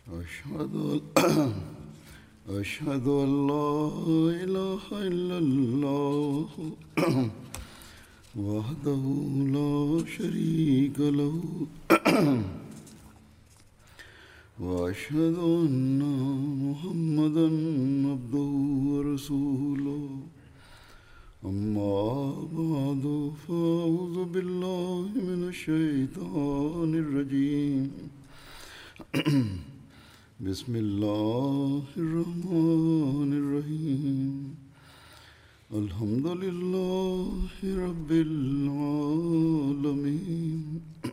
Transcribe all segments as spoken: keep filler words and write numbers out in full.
أشهد أن أشهد أن لا إله إلا الله وحده لا شريك له وأشهد أن محمدا عبده ورسوله أما بعد فأعوذ بالله من الشيطان الرجيم بسم الله الرحمن الرحيم الحمد لله رب العالمين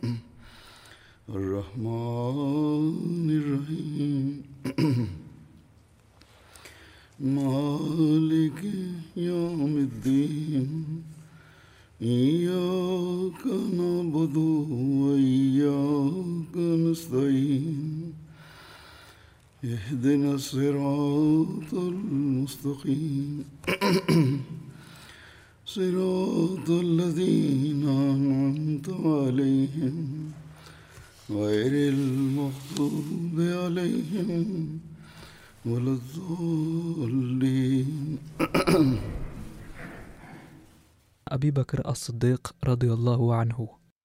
الرحمن الرحيم مالك يوم الدين إياك نعبد وإياك نستعين اهدنا الصراط المستقيم صراط الذين أنعمت عليهم غير المغضوب عليهم ولا الضالين. أبي بكر الصديق رضي الله عنه.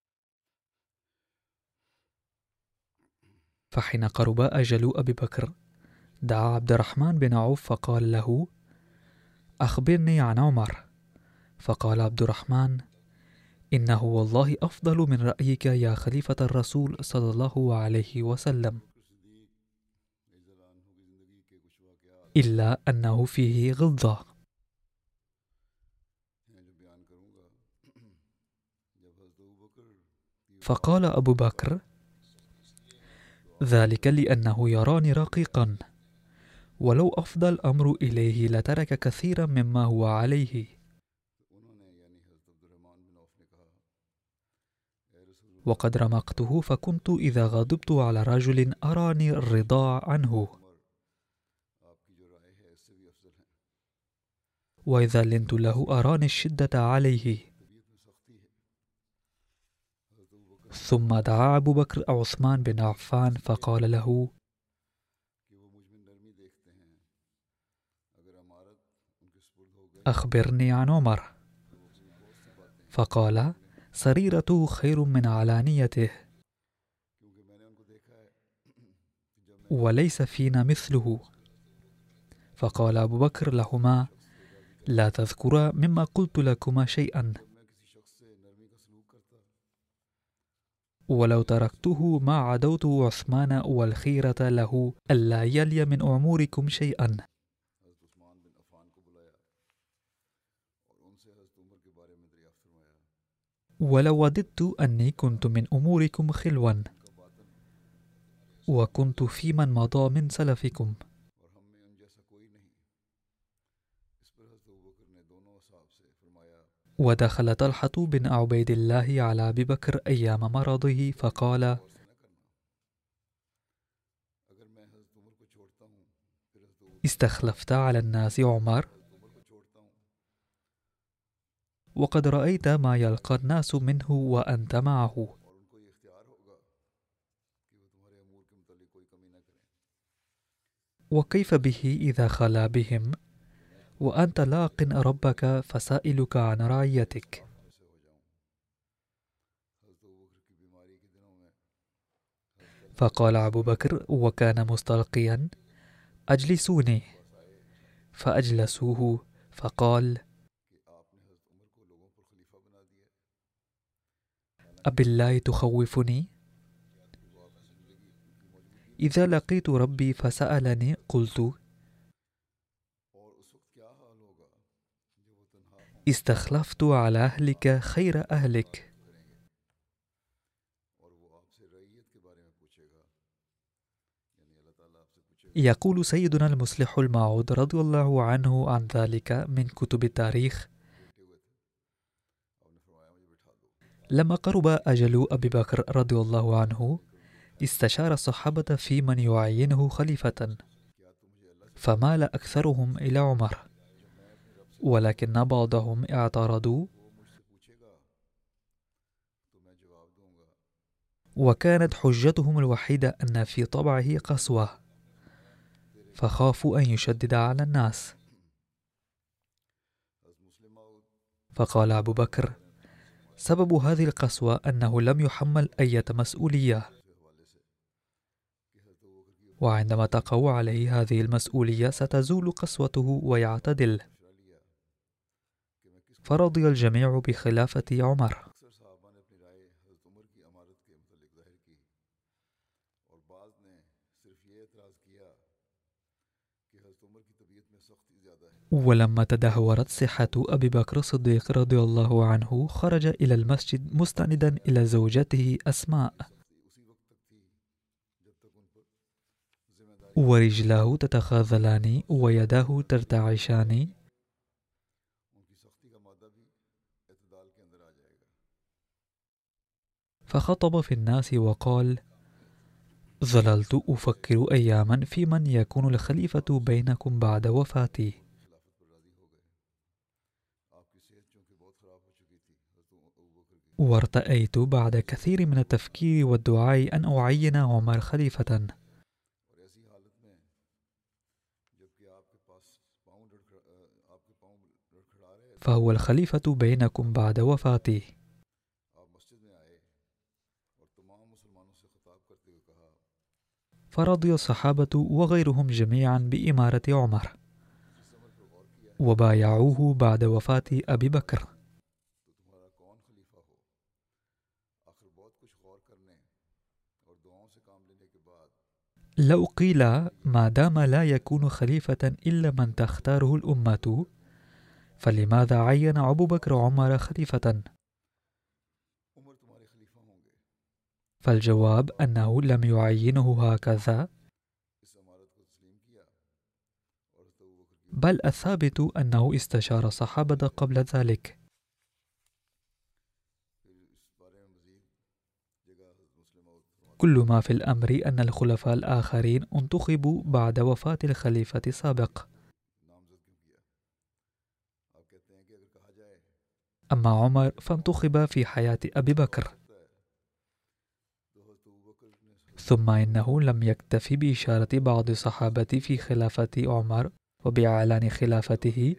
فحين قرب أجل أبي بكر دعا عبد الرحمن بن عوف فقال له: أخبرني عن عمر. فقال عبد الرحمن: إنه والله أفضل من رأيك يا خليفة الرسول صلى الله عليه وسلم، إلا أنه فيه غلظة. فقال أبو بكر: ذلك لأنه يراني رقيقا، ولو أفضى الأمر إليه لترك كثيرا مما هو عليه. وقد رمقته فكنت إذا غضبت على رجل أراني الرضا عنه، وإذا لنت له أراني الشدة عليه. ثم دعا أبو بكر عثمان بن عفان فقال له: أخبرني عن عمر. فقال: سريرته خير من علانيته، وليس فينا مثله. فقال أبو بكر لهما: لا تذكرا مما قلت لكما شيئا، ولو تركته ما عدوت عثمان والخيرة له ألا يلي من أموركم شيئا. ولو وددت أني كنت من أموركم خلوا، وكنت في من مضى من سلفكم. ودخل طلحة بن عبيد الله على أبي بكر أيام مرضه فقال: استخلفت على الناس عمر، وقد رأيت ما يلقى الناس منه وأنت معه، وكيف به إذا خلا بهم وأنت لاق ربك فسائلك عن رعيتك؟ فقال أبو بكر وكان مستلقيا: أجلسوني. فأجلسوه فقال: أبالله تخوفني؟ إذا لقيت ربي فسألني قلت: استخلفت على أهلك خير أهلك. يقول سيدنا المصلح الموعود رضي الله عنه عن ذلك من كتب التاريخ: لما قرب أجل أبي بكر رضي الله عنه استشار الصحابة في من يعينه خليفة، فمال أكثرهم إلى عمر، ولكن بعضهم اعترضوا وكانت حجتهم الوحيدة أن في طبعه قسوة، فخافوا أن يشدد على الناس. فقال أبو بكر: سبب هذه القسوة أنه لم يحمل أي مسؤولية، وعندما تقع عليه هذه المسؤولية ستزول قسوته ويعتدل. فرضي الجميع بخلافة عمر. ولما تدهورت صحة أبي بكر الصديق رضي الله عنه خرج إلى المسجد مستندا إلى زوجته أسماء، ورجلاه تتخاذلان ويداه ترتعشان، فخطب في الناس وقال: ظللت أفكر أياما في من يكون الخليفة بينكم بعد وفاتي، وارتأيت بعد كثير من التفكير والدعاء أن أعين عمر خليفة، فهو الخليفة بينكم بعد وفاتي. فرضي الصحابة وغيرهم جميعا بإمارة عمر، وبايعوه بعد وفاة أبي بكر. لو قيل ما دام لا يكون خليفة إلا من تختاره الأمة، فلماذا عين أبو بكر عمر خليفة؟ فالجواب أنه لم يعينه هكذا، بل الثابت أنه استشار الصحابة قبل ذلك. كل ما في الأمر أن الخلفاء الآخرين انتخبوا بعد وفاة الخليفة السابق، أما عمر فانتخب في حياة أبي بكر. ثم إنه لم يكتفي بإشارة بعض الصحابة في خلافة عمر وبإعلان خلافته،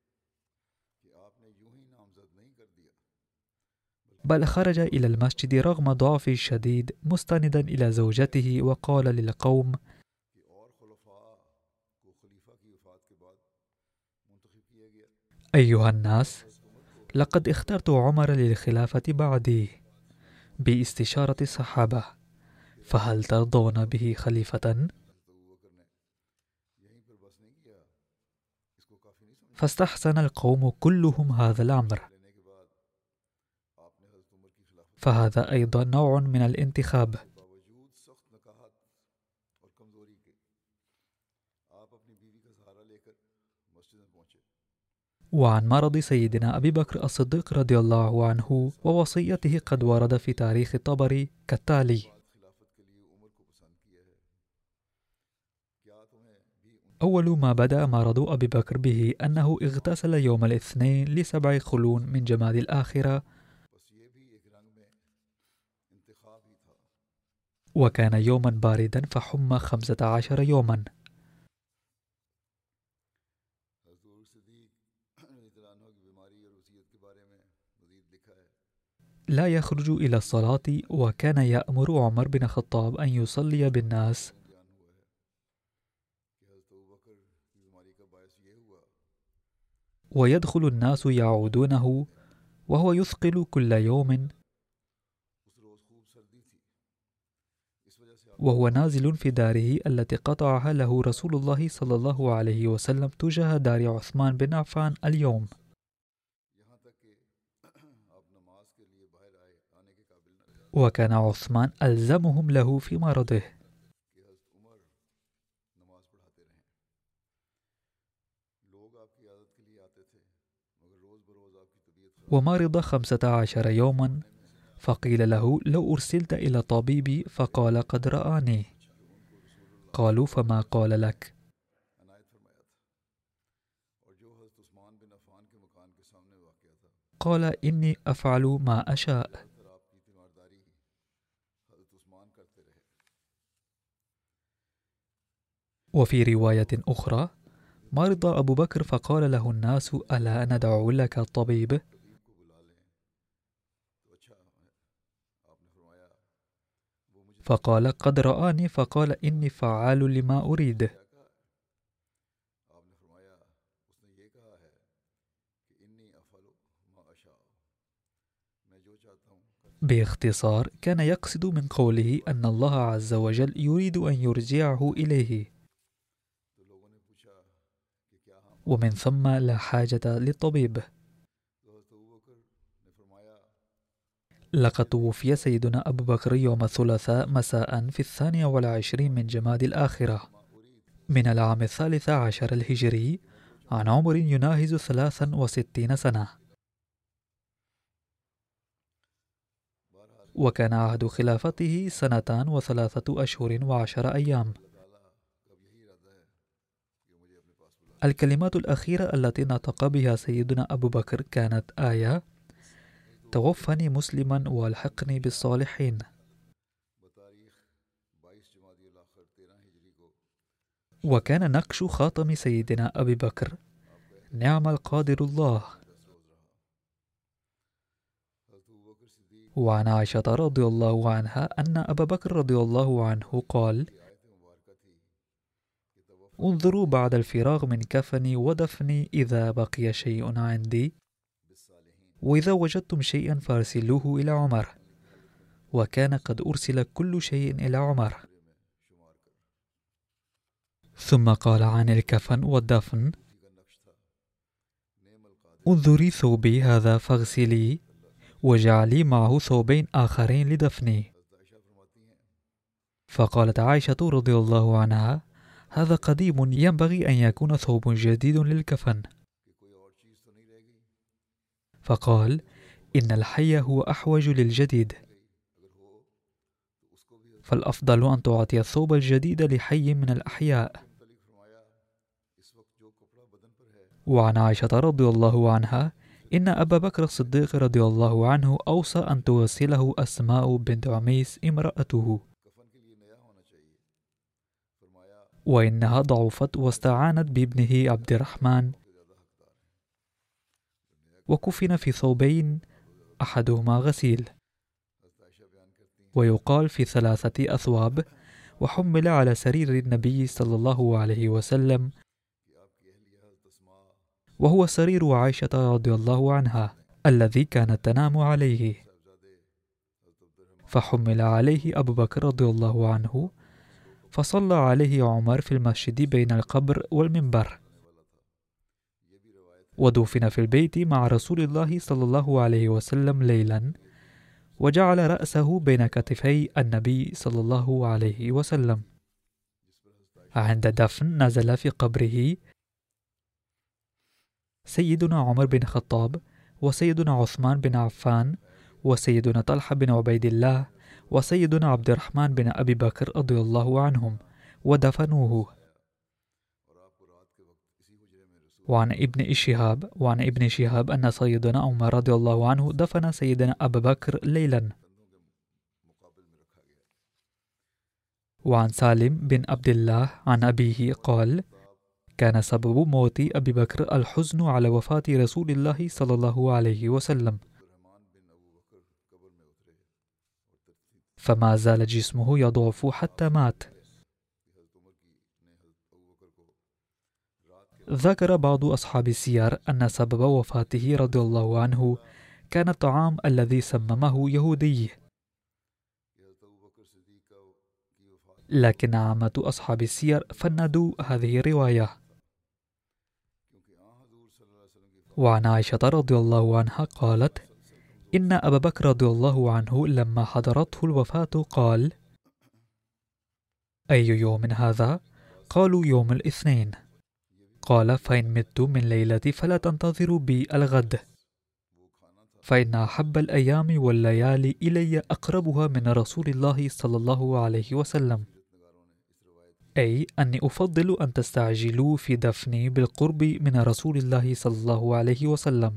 بل خرج إلى المسجد رغم ضعفه الشديد مستندا إلى زوجته وقال للقوم: أيها الناس، لقد اخترت عمر للخلافة بعدي باستشارة الصحابة، فهل ترضون به خليفة؟ فاستحسن القوم كلهم هذا الأمر، فهذا أيضا نوع من الانتخاب. وعن مرض سيدنا أبي بكر الصديق رضي الله عنه ووصيته قد ورد في تاريخ الطبري كالتالي: أول ما بدأ مرض أبي بكر به أنه اغتسل يوم الاثنين لسبع خلون من جماد الآخرة، وكان يوما باردا فحمى خمسة عشر يوما. لا يخرج إلى الصلاة، وكان يأمر عمر بن الخطاب أن يصلي بالناس، ويدخل الناس يعودونه وهو يثقل كل يوم، وهو نازل في داره التي قطعها له رسول الله صلى الله عليه وسلم تجاه دار عثمان بن عفان اليوم. وكان عثمان ألزمهم له في مرضه. ومرض خمسة عشر يوما، فقيل له: لو أرسلت إلى طبيبي، فقال: قد رآني. قالوا: فما قال لك؟ قال: إني أفعل ما أشاء. وفي رواية أخرى: مرض أبو بكر فقال له الناس: ألا ندعو لك الطبيب؟ فقال: قد رآني فقال: إني فعال لما أريد. باختصار، كان يقصد من قوله أن الله عز وجل يريد أن يرجعه إليه، ومن ثم لا حاجة للطبيب. لقد توفي سيدنا أبو بكر يوم الثلاثاء مساء في الثانية والعشرين من جماد الآخرة من العام الثالث عشر الهجري، عن عمر يناهز ثلاثا وستين سنة، وكان عهد خلافته سنتان وثلاثة أشهر وعشر أيام. الكلمات الأخيرة التي نطق بها سيدنا أبو بكر كانت آية: توفني مسلما والحقني بالصالحين. وكان نقش خاتم سيدنا أبي بكر: نعم القادر الله. وعن عائشة رضي الله عنها أن أبا بكر رضي الله عنه قال: انظروا بعد الفراغ من كفني ودفني إذا بقي شيء عندي، وإذا وجدتم شيئا فارسلوه إلى عمر. وكان قد أرسل كل شيء إلى عمر. ثم قال عن الكفن والدفن: انظري ثوبي هذا فاغسلي، وجعلي معه ثوبين آخرين لدفني. فقالت عائشة رضي الله عنها: هذا قديم، ينبغي أن يكون ثوب جديد للكفن. فقال: إن الحي هو أحوج للجديد، فالأفضل أن تعطي الثوب الجديد لحي من الأحياء. وعن عائشة رضي الله عنها إن أبا بكر الصديق رضي الله عنه أوصى أن توسله أسماء بنت عميس امرأته، وإنها ضعفت واستعانت بابنه عبد الرحمن، وكفن في ثوبين أحدهما غسيل، ويقال في ثلاثة أثواب، وحمل على سرير النبي صلى الله عليه وسلم، وهو سرير عائشة رضي الله عنها الذي كانت تنام عليه. فحمل عليه أبو بكر رضي الله عنه، فصلى عليه عمر في المسجد بين القبر والمنبر، ودفن في البيت مع رسول الله صلى الله عليه وسلم ليلا، وجعل رأسه بين كتفي النبي صلى الله عليه وسلم. عند دفن نزل في قبره سيدنا عمر بن الخطاب، وسيدنا عثمان بن عفان، وسيدنا طلحة بن عبيد الله، وسيدنا عبد الرحمن بن أبي بكر رضي الله عنهم، ودفنوه. وعن ابن شهاب وعن ابن شهاب أن سيدنا عمر رضي الله عنه دفن سيدنا أبا بكر ليلا. وعن سالم بن عبد الله عن أبيه قال: كان سبب موت أبي بكر الحزن على وفاة رسول الله صلى الله عليه وسلم، فما زال جسمه يضعف حتى مات. ذكر بعض أصحاب السير أن سبب وفاته رضي الله عنه كان الطعام الذي سممه يهودي، لكن عامة أصحاب السير فندوا هذه الرواية. وعن عائشة رضي الله عنها قالت: إن أبا بكر رضي الله عنه لما حضرته الوفاة قال: أي يوم هذا؟ قالوا: يوم الاثنين. قال: فإن مت من ليلتي فلا تنتظروا بي الغد، فإن أحب الأيام والليالي إلي أقربها من رسول الله صلى الله عليه وسلم، أي أني أفضل أن تستعجلوا في دفني بالقرب من رسول الله صلى الله عليه وسلم.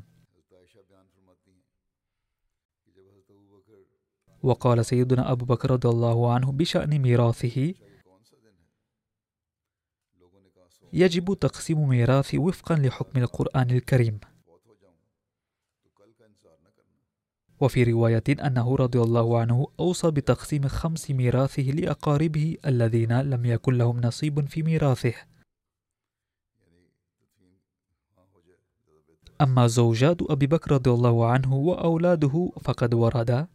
وقال سيدنا أبو بكر رضي الله عنه بشأن ميراثه: يجب تقسيم ميراثي وفقا لحكم القرآن الكريم. وفي رواية أنه رضي الله عنه أوصى بتقسيم خمس ميراثه لأقاربه الذين لم يكن لهم نصيب في ميراثه. أما زوجات أبي بكر رضي الله عنه وأولاده فقد ورد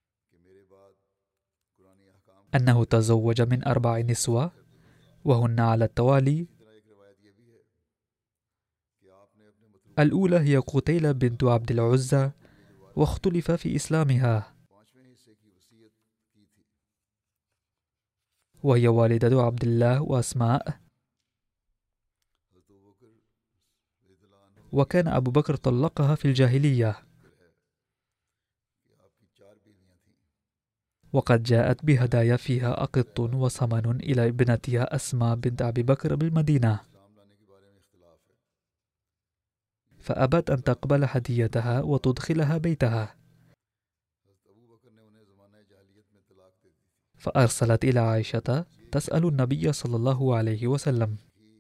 أنه تزوج من أربع نسوة، وهن على التوالي: الأولى هي قتيلة بنت عبد العزى، واختلف في إسلامها، وهي والدة عبد الله وأسماء. وكان أبو بكر طلقها في الجاهلية، وقد جاءت بهدايا فيها أقط وسمن إلى ابنتها أسماء بنت أبي بكر بالمدينة، فأبت أن تقبل هديتها وتدخلها بيتها، فأرسلت إلى عائشة تسأل النبي صلى الله عليه وسلم،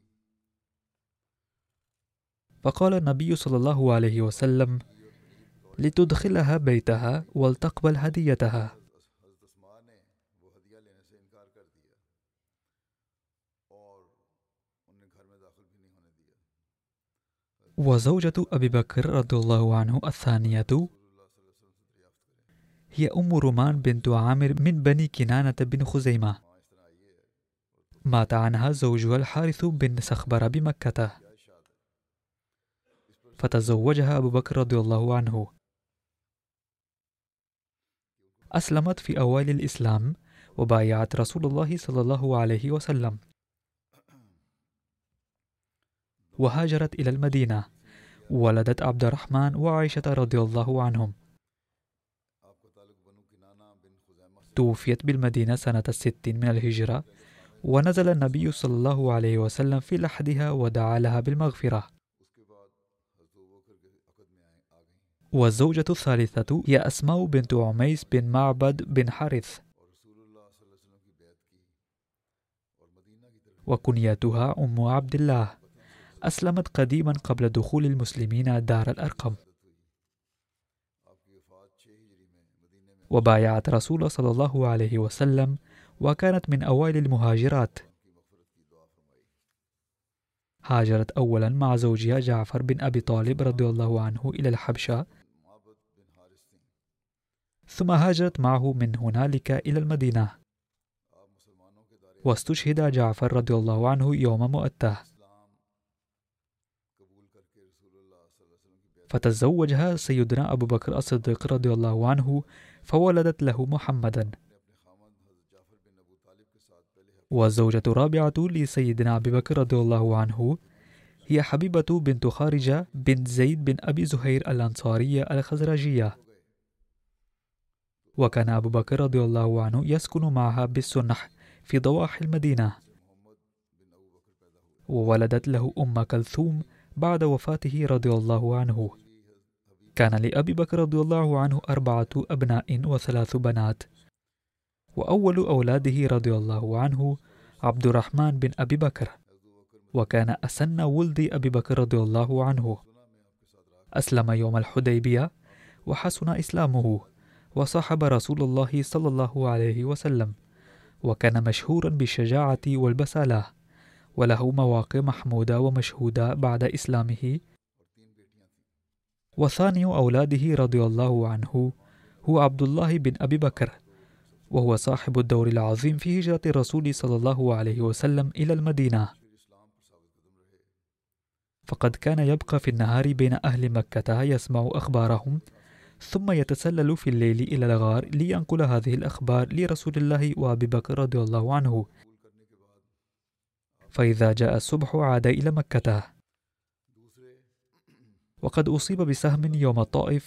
فقال النبي صلى الله عليه وسلم: لتدخلها بيتها ولتقبل هديتها. وزوجة أبي بكر رضي الله عنه الثانية هي أم رومان بنت عامر من بني كنانة بن خزيمة، مات عنها زوجها الحارث بن سخبر بمكة، فتزوجها أبو بكر رضي الله عنه. أسلمت في أوائل الإسلام وبايعت رسول الله صلى الله عليه وسلم، وهاجرت إلى المدينة، ولدت عبد الرحمن وعائشة رضي الله عنهم. توفيت بالمدينة سنة ست من الهجرة، ونزل النبي صلى الله عليه وسلم في لحدها ودعا لها بالمغفرة. والزوجة الثالثة هي أسماء بنت عميس بن معبد بن حارث، وكنيتها أم عبد الله. أسلمت قديما قبل دخول المسلمين دار الأرقم، وبايعت رسول صلى الله عليه وسلم، وكانت من أوائل المهاجرات. هاجرت أولا مع زوجها جعفر بن أبي طالب رضي الله عنه إلى الحبشة، ثم هاجرت معه من هنالك إلى المدينة، واستشهد جعفر رضي الله عنه يوم مؤتة، فتزوجها سيدنا أبو بكر الصديق رضي الله عنه، فولدت له محمدا. والزوجة الرابعة لسيدنا أبي بكر رضي الله عنه هي حبيبة بنت خارجة بنت زيد بن أبي زهير الأنصارية الخزرجية، وكان أبو بكر رضي الله عنه يسكن معها بالسنح في ضواحي المدينة، وولدت له أم كلثوم بعد وفاته رضي الله عنه. كان لأبي بكر رضي الله عنه أربعة أبناء وثلاث بنات، وأول أولاده رضي الله عنه عبد الرحمن بن أبي بكر، وكان أسن ولد أبي بكر رضي الله عنه. أسلم يوم الحديبية وحسن إسلامه، وصاحب رسول الله صلى الله عليه وسلم، وكان مشهورا بالشجاعة والبسالة، وله مواقع محمودة ومشهودة بعد إسلامه. وثاني أولاده رضي الله عنه هو عبد الله بن أبي بكر، وهو صاحب الدور العظيم في هجرة الرسول صلى الله عليه وسلم إلى المدينة، فقد كان يبقى في النهار بين أهل مكة يسمع أخبارهم، ثم يتسلل في الليل إلى الغار لينقل هذه الأخبار لرسول الله وأبي بكر رضي الله عنه. فإذا جاء الصبح عاد إلى مكة. وقد أصيب بسهم يوم الطائف،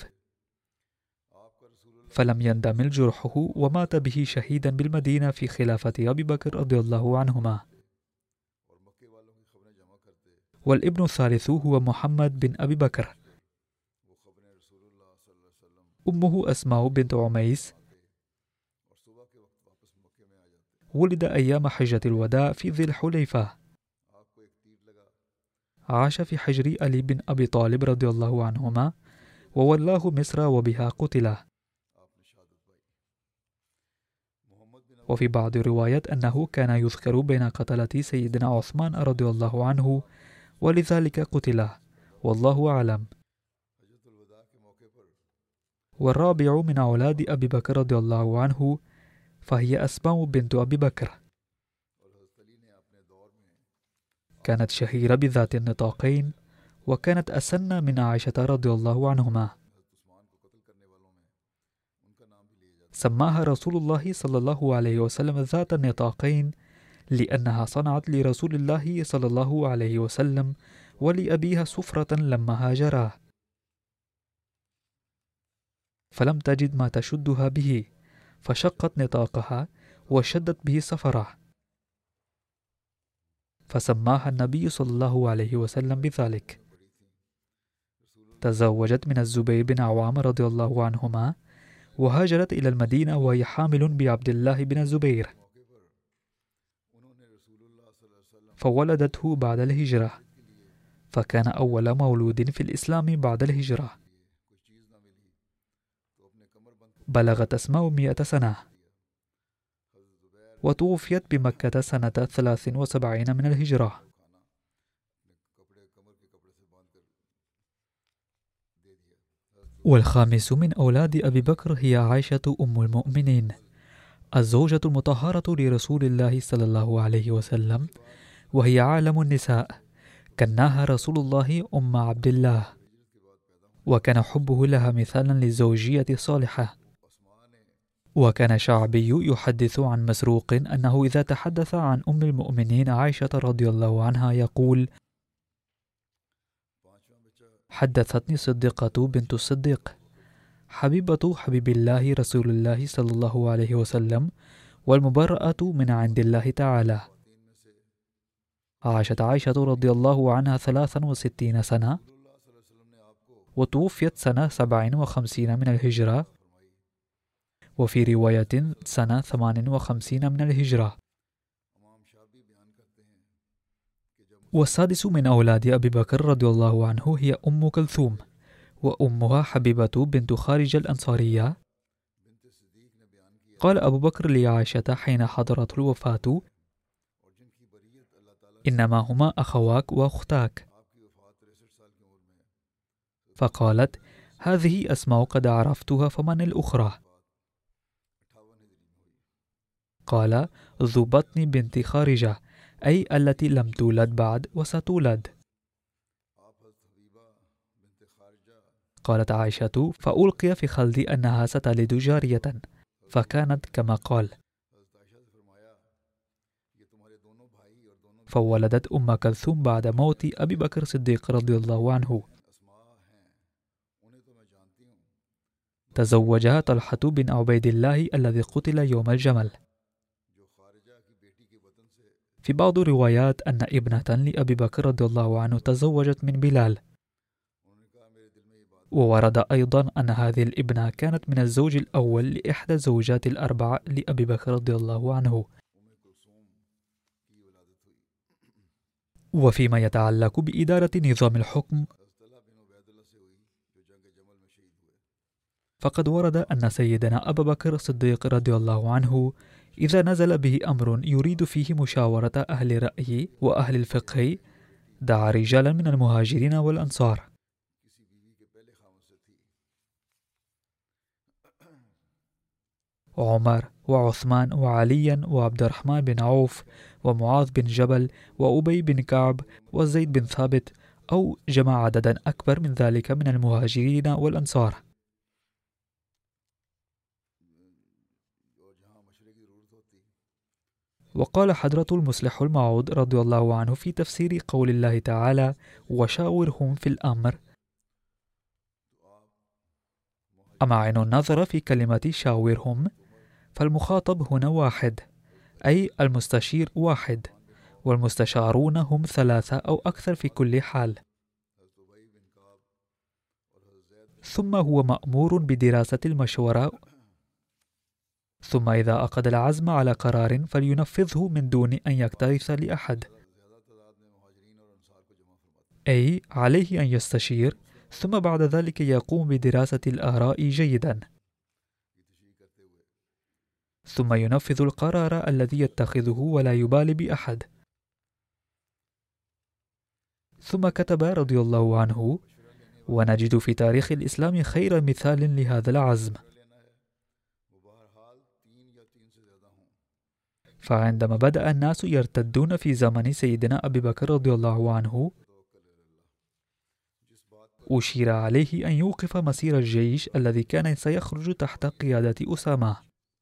فلم يندمل جرحه، ومات به شهيدا بالمدينة في خلافة أبي بكر رضي الله عنهما. والابن الثالث هو محمد بن أبي بكر، أمه أسماء بنت عميس، ولد أيام حجة الوداع في ذي الحليفة، عاش في حجر علي بن أبي طالب رضي الله عنهما وولاه مصر وبها قتل. وفي بعض الروايات أنه كان يذكر بين قتلة سيدنا عثمان رضي الله عنه ولذلك قتل، والله أعلم. والرابع من أولاد أبي بكر رضي الله عنه فهي أسماء بنت أبي بكر، كانت شهيرة بذات النطاقين، وكانت أسن من عائشة رضي الله عنهما. سماها رسول الله صلى الله عليه وسلم ذات النطاقين لأنها صنعت لرسول الله صلى الله عليه وسلم ولأبيها سفرة لما هاجرا، فلم تجد ما تشدها به فشقت نطاقها وشدت به سفرة، فسماها النبي صلى الله عليه وسلم بذلك. تزوجت من الزبير بن عوام رضي الله عنهما، وهاجرت إلى المدينة وهي حامل بعبد الله بن الزبير، فولدته بعد الهجرة، فكان أول مولود في الإسلام بعد الهجرة. بلغت أسماء مئة سنة، وتوفيت بمكة سنة ثلاث وسبعين من الهجرة. والخامس من أولاد أبي بكر هي عائشة أم المؤمنين، الزوجة المطهرة لرسول الله صلى الله عليه وسلم، وهي عالم النساء، كناها رسول الله أم عبد الله، وكان حبه لها مثالا للزوجية الصالحة. وكان شعبي يحدث عن مسروق أنه إذا تحدث عن أم المؤمنين عائشة رضي الله عنها يقول: حدثتني صديقة بنت الصديق، حبيبة حبيب الله رسول الله صلى الله عليه وسلم، والمبرأة من عند الله تعالى. عاشت عائشة رضي الله عنها ثلاثا وستين سنة، وتوفيت سنة سبع وخمسين من الهجرة، وفي رواية سنة ثمان وخمسين من الهجرة. والسادس من أولاد أبي بكر رضي الله عنه هي أم كلثوم، وأمها حبيبة بنت خارج الأنصارية. قال أبو بكر لعائشة حين حضرت الوفاة: إنما هما أخواك وأختاك. فقالت: هذه أسماء قد عرفتها، فمن الأخرى؟ قال: ذو بطن بنت خارجة، أي التي لم تولد بعد وستولد. قالت عائشة: فألقي في خلدي أنها ستلد جارية، فكانت كما قال، فولدت أم كلثوم بعد موت أبي بكر الصديق رضي الله عنه. تزوجها طلحة بن عبيد الله الذي قتل يوم الجمل. في بعض الروايات أن ابنة لأبي بكر رضي الله عنه تزوجت من بلال، وورد أيضا أن هذه الابنة كانت من الزوج الأول لإحدى الزوجات الأربع لأبي بكر رضي الله عنه. وفيما يتعلق بإدارة نظام الحكم، فقد ورد أن سيدنا أبا بكر الصديق رضي الله عنه إذا نزل به أمر يريد فيه مشاورة أهل الرأي وأهل الفقه دعا رجالا من المهاجرين والأنصار. عمر وعثمان وعليا وعبد الرحمن بن عوف ومعاذ بن جبل وأبي بن كعب وزيد بن ثابت، أو جمع عددا أكبر من ذلك من المهاجرين والأنصار. وقال حضرة المصلح الموعود رضي الله عنه في تفسير قول الله تعالى: وشاورهم في الأمر: أمعن النظر في كلمة شاورهم، فالمخاطب هنا واحد، أي المستشير واحد، والمستشارون هم ثلاثة أو أكثر في كل حال. ثم هو مأمور بدراسة المشورة، ثم إذا أخذ العزم على قرار فلينفذه من دون أن يكترث لأحد. أي عليه أن يستشير ثم بعد ذلك يقوم بدراسة الآراء جيدا، ثم ينفذ القرار الذي يتخذه ولا يبالي بأحد. ثم كتب رضي الله عنه: ونجد في تاريخ الإسلام خير مثال لهذا العزم. فعندما بدأ الناس يرتدون في زمن سيدنا أبي بكر رضي الله عنه، أشير عليه أن يوقف مسير الجيش الذي كان سيخرج تحت قيادة أسامة.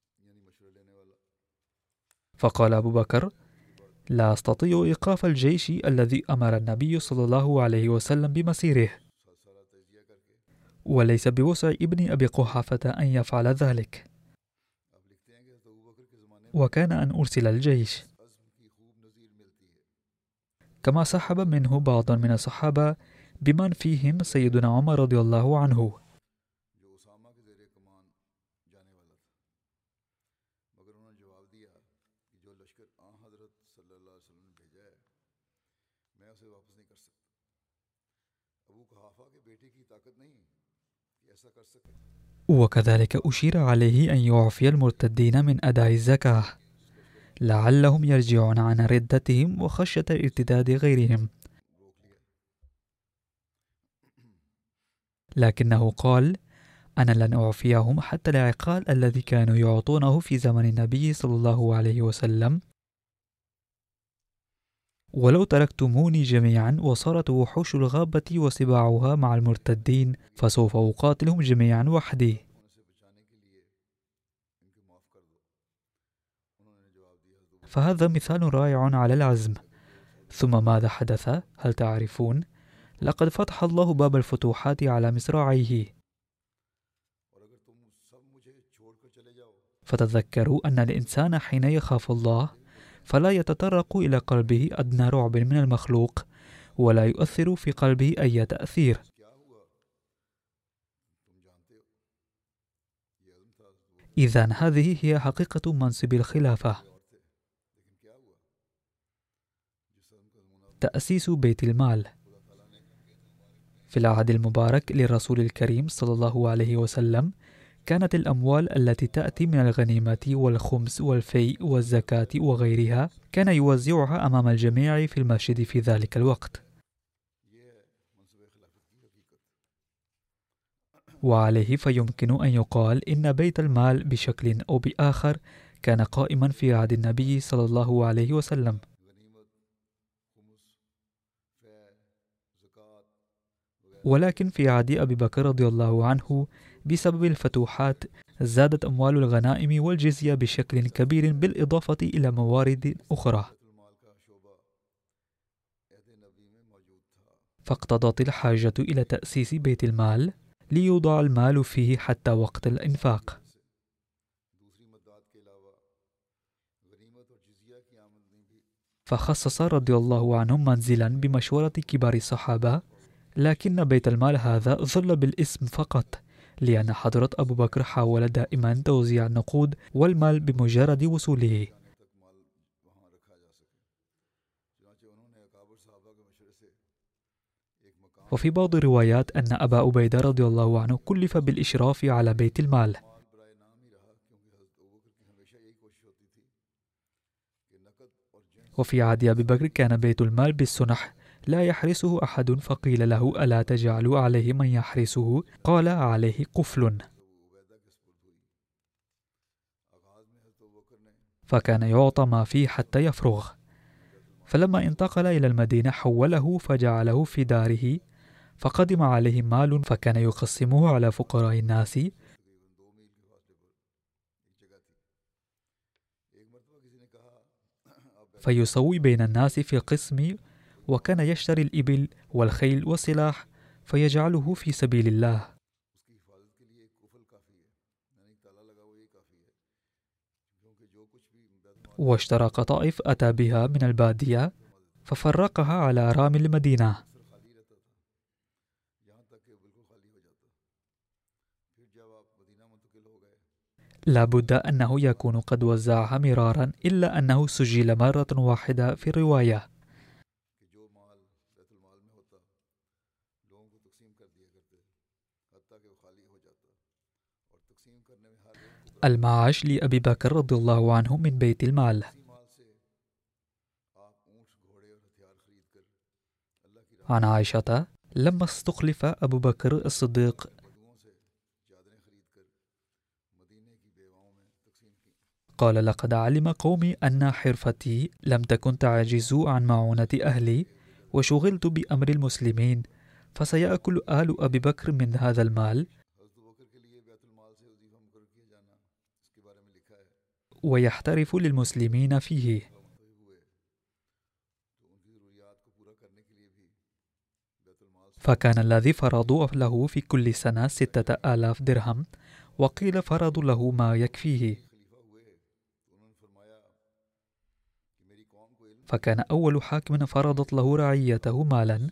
فقال أبو بكر: لا أستطيع إيقاف الجيش الذي أمر النبي صلى الله عليه وسلم بمسيره، وليس بوسع ابن أبي قحافة أن يفعل ذلك، وكان أن أرسل الجيش. كما سحب منه بعض من الصحابة بمن فيهم سيدنا عمر رضي الله عنه. وكذلك أشير عليه أن يعفي المرتدين من أداء الزكاة لعلهم يرجعون عن ردتهم وخشية ارتداد غيرهم، لكنه قال: أنا لن أعفيهم حتى العقال الذي كانوا يعطونه في زمن النبي صلى الله عليه وسلم، ولو تركتموني جميعا وصارت وحوش الغابة وسباعها مع المرتدين فسوف أقاتلهم جميعا وحدي. فهذا مثال رائع على العزم. ثم ماذا حدث؟ هل تعرفون؟ لقد فتح الله باب الفتوحات على مصراعيه. فتذكروا أن الإنسان حين يخاف الله فلا يتطرق إلى قلبه أدنى رعب من المخلوق، ولا يؤثر في قلبه أي تأثير. إذن هذه هي حقيقة منصب الخلافة. تأسيس بيت المال. في العهد المبارك للرسول الكريم صلى الله عليه وسلم كانت الأموال التي تأتي من الغنيمة والخمس والفيء والزكاة وغيرها كان يوزعها أمام الجميع في المسجد في ذلك الوقت. وعليه فيمكن أن يقال إن بيت المال بشكل أو بآخر كان قائما في عهد النبي صلى الله عليه وسلم. ولكن في عهد أبي بكر رضي الله عنه بسبب الفتوحات زادت أموال الغنائم والجزية بشكل كبير بالإضافة إلى موارد أخرى، فاقتضت الحاجة إلى تأسيس بيت المال ليوضع المال فيه حتى وقت الإنفاق. فخصص رضي الله عنهم منزلا بمشورة كبار الصحابة، لكن بيت المال هذا ظل بالاسم فقط، لأن حضرة أبو بكر حاول دائما توزيع النقود والمال بمجرد وصوله. وفي بعض الروايات أن أبا عبيدة رضي الله عنه كلف بالإشراف على بيت المال. وفي عهد أبي بكر كان بيت المال بالسنح لا يحرسه أحد، فقيل له: ألا تجعل عليه من يحرسه؟ قال: عليه قفل. فكان يعطى ما فيه حتى يفرغ، فلما انتقل إلى المدينة حوله فجعله في داره، فقدم عليه مال فكان يقسمه على فقراء الناس، فيسوي بين الناس في قسم، وكان يشتري الإبل والخيل والسلاح فيجعله في سبيل الله. واشترى قطائف أتى بها من البادية ففرقها على أرامل المدينة. لا بد أنه يكون قد وزعها مرارا، إلا أنه سجل مرة واحدة في الرواية. المعاش لأبي بكر رضي الله عنه من بيت المال. عن عائشة لما استخلف أبو بكر الصديق قال: لقد علم قومي أن حرفتي لم تكن تعجز عن معونة أهلي، وشغلت بأمر المسلمين، فسيأكل آل أبي بكر من هذا المال ويحترف للمسلمين فيه. فكان الذي فرضوا له في كل سنة ستة آلاف درهم، وقيل فرضوا له ما يكفيه. فكان أول حاكم فرضت له رعيته مالا.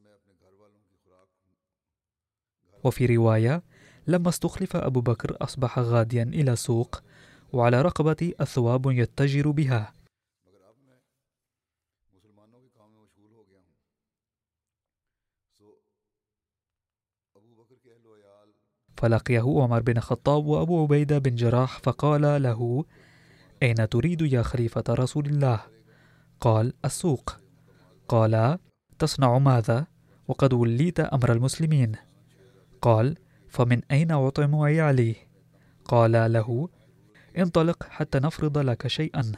وفي رواية: لما استخلف أبو بكر أصبح غاديا إلى سوق، وعلى رقبتي أثواب يتجر بها. فلقيه عمر بن الخطاب وأبو عبيدة بن جراح فقال له: أين تريد يا خليفة رسول الله؟ قال: السوق. قال: تصنع ماذا وقد وليت أمر المسلمين؟ قال: فمن أين أطعم عيالي؟ قال له: انطلق حتى نفرض لك شيئا.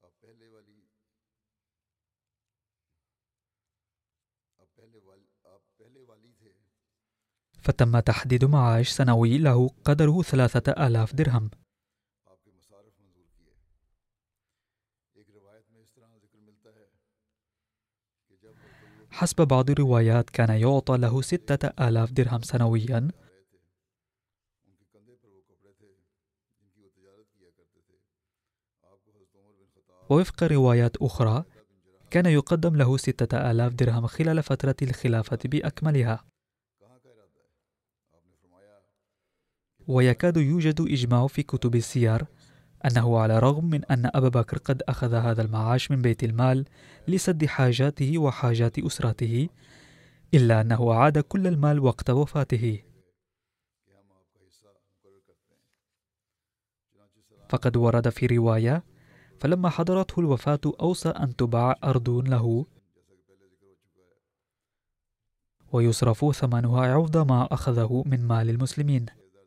فتم تحديد معاش سنوي له قدره ثلاثة آلاف درهم. حسب بعض الروايات كان يعطى له ستة آلاف درهم سنويا. ووفق روايات أخرى كان يقدم له ستة آلاف درهم خلال فترة الخلافة بأكملها. ويكاد يوجد إجماع في كتب السير أنه على الرغم من أن أبا بكر قد أخذ هذا المعاش من بيت المال لسد حاجاته وحاجات أسرته، إلا أنه عاد كل المال وقت وفاته. فقد ورد في رواية: فلما حضرته الوفاة أوصى أن تباع أرض له ويصرف ثمنها عوض ما أخذه من مال المسلمين.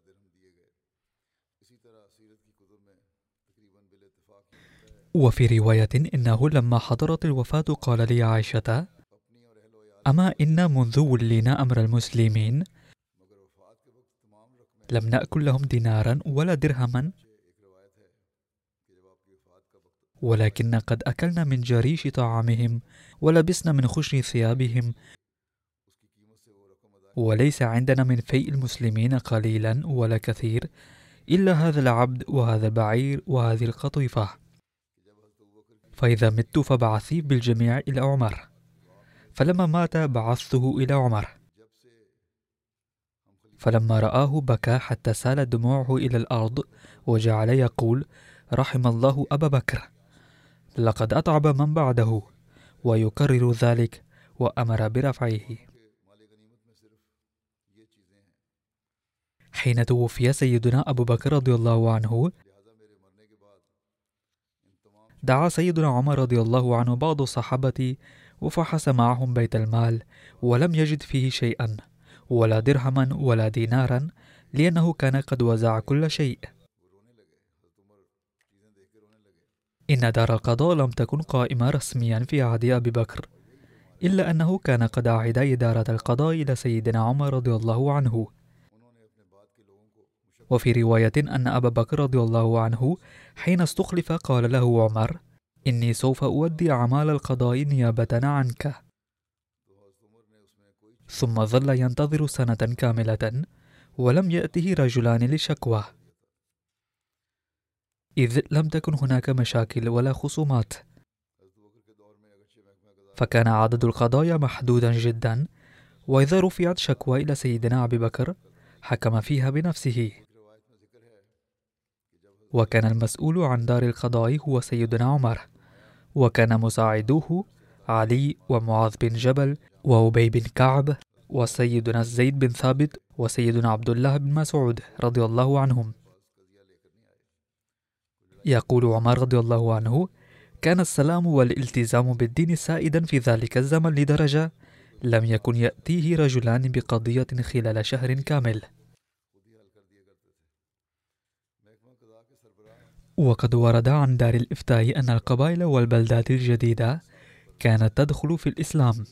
وفي رواية إنه لما حضرت الوفاة قال لي عائشة: أما إن منذ ولينا أمر المسلمين لم نأكل لهم دينارا ولا درهما، ولكن قد أكلنا من جريش طعامهم ولبسنا من خشن ثيابهم، وليس عندنا من فيء المسلمين قليلا ولا كثير إلا هذا العبد وهذا البعير وهذه القطيفة، فإذا مت فبعثي بالجميع إلى عمر. فلما مات بعثته إلى عمر، فلما رآه بكى حتى سالت دموعه إلى الأرض، وجعل يقول: رحم الله أبا بكر، لقد أتعب من بعده، ويكرر ذلك وأمر برفعه. حين توفي سيدنا أبو بكر رضي الله عنه، دعا سيدنا عمر رضي الله عنه بعض الصحابة وفحص معهم بيت المال، ولم يجد فيه شيئا ولا درهما ولا دينارا، لأنه كان قد وزع كل شيء. إن دار القضاء لم تكن قائمة رسميا في عهد أبي بكر، إلا أنه كان قد عهد إدارة القضاء إلى سيدنا عمر رضي الله عنه. وفي رواية أن أبا بكر رضي الله عنه حين استخلف قال له عمر: إني سوف أودي أعمال القضاء نيابة عنك. ثم ظل ينتظر سنة كاملة ولم يأته رجلان لشكوى، إذ لم تكن هناك مشاكل ولا خصومات، فكان عدد القضايا محدودا جدا، وإذا رفعت شكوى إلى سيدنا أبي بكر حكم فيها بنفسه. وكان المسؤول عن دار القضاء هو سيدنا عمر، وكان مساعدوه علي ومعاذ بن جبل وأبي بن كعب وسيدنا زيد بن ثابت وسيدنا عبد الله بن مسعود رضي الله عنهم. يقول عمر رضي الله عنه: كان السلام والالتزام بالدين سائدا في ذلك الزمن لدرجة لم يكن يأتيه رجلان بقضية خلال شهر كامل. وقد ورد عن دار الإفتاء أن القبائل والبلدات الجديدة كانت تدخل في الإسلام،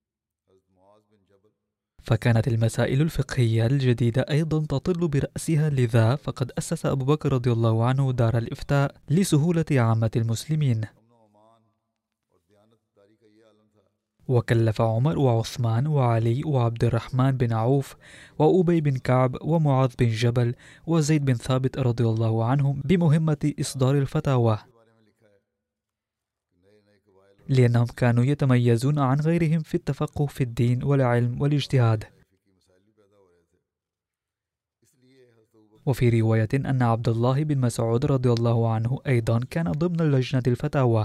فكانت المسائل الفقهية الجديدة أيضا تطل برأسها، لذا فقد أسس أبو بكر رضي الله عنه دار الإفتاء لسهولة عامة المسلمين. وكلف عمر وعثمان وعلي وعبد الرحمن بن عوف وأبي بن كعب ومعاذ بن جبل وزيد بن ثابت رضي الله عنهم بمهمة إصدار الفتاوى، لأنهم كانوا يتميزون عن غيرهم في التفقه في الدين والعلم والاجتهاد. وفي رواية أن عبد الله بن مسعود رضي الله عنه أيضا كان ضمن لجنة الفتاوى،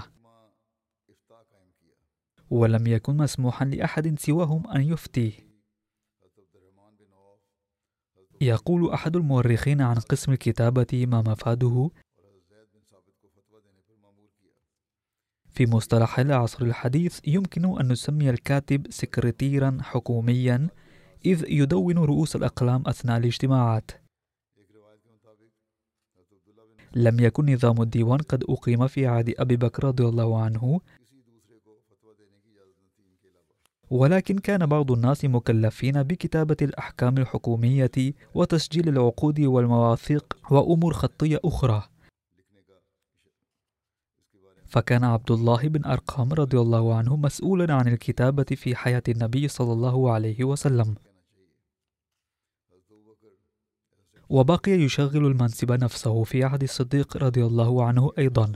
ولم يكن مسموحا لأحد سواهم أن يفتي. يقول أحد المؤرخين عن قسم الكتابة ما مفاده في مصطلح العصر الحديث: يمكن أن نسمي الكاتب سكرتيرا حكوميا، إذ يدون رؤوس الأقلام أثناء الاجتماعات. لم يكن نظام الديوان قد أقيم في عهد أبي بكر رضي الله عنه، ولكن كان بعض الناس مكلفين بكتابة الأحكام الحكومية وتسجيل العقود والمواثيق وأمور خطية أخرى. فكان عبد الله بن أرقم رضي الله عنه مسؤولا عن الكتابة في حياة النبي صلى الله عليه وسلم، وبقي يشغل المنصب نفسه في عهد الصديق رضي الله عنه أيضا.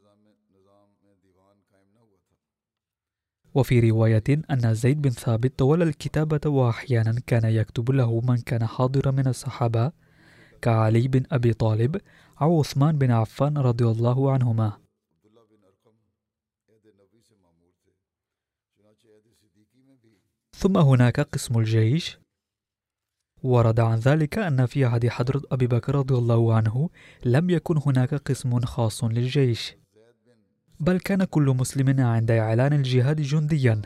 وفي رواية أن زيد بن ثابت تولى الكتابة، وأحيانا كان يكتب له من كان حاضرا من الصحابة كعلي بن أبي طالب أو عثمان بن عفان رضي الله عنهما. ثم هناك قسم الجيش. ورد عن ذلك أن في عهد حضرة أبي بكر رضي الله عنه لم يكن هناك قسم خاص للجيش، بل كان كل مسلم عند إعلان الجهاد جنديا،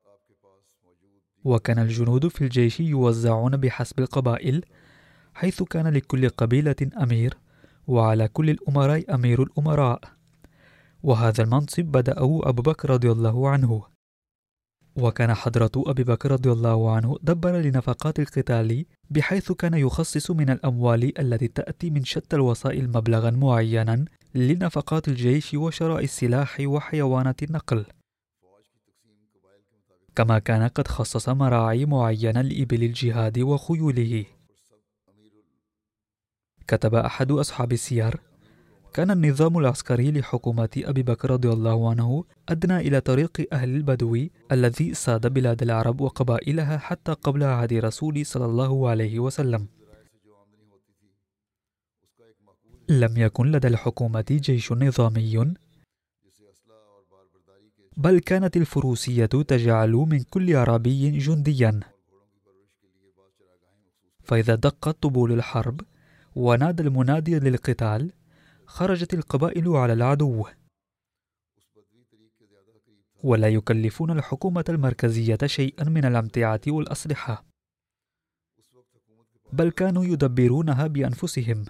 وكان الجنود في الجيش يوزعون بحسب القبائل، حيث كان لكل قبيلة أمير، وعلى كل الأمراء أمير الأمراء، وهذا المنصب بدأه أبو بكر رضي الله عنه. وكان حضرة أبي بكر رضي الله عنه دبر لنفقات القتال، بحيث كان يخصص من الأموال التي تأتي من شتى الوسائل مبلغا معينا لنفقات الجيش وشراء السلاح وحيوانات النقل، كما كان قد خصص مراعي معينة لإبل الجهاد وخيوله. كتب أحد أصحاب السير: كان النظام العسكري لحكومة أبي بكر رضي الله عنه أدنى إلى طريق أهل البدو الذي ساد بلاد العرب وقبائلها حتى قبل عهد رسول صلى الله عليه وسلم. لم يكن لدى الحكومة جيش نظامي، بل كانت الفروسية تجعل من كل عربي جنديا، فإذا دقت طبول الحرب ونادى المنادي للقتال خرجت القبائل على العدو، ولا يكلفون الحكومة المركزية شيئا من الأمتعة والأسلحة، بل كانوا يدبرونها بأنفسهم،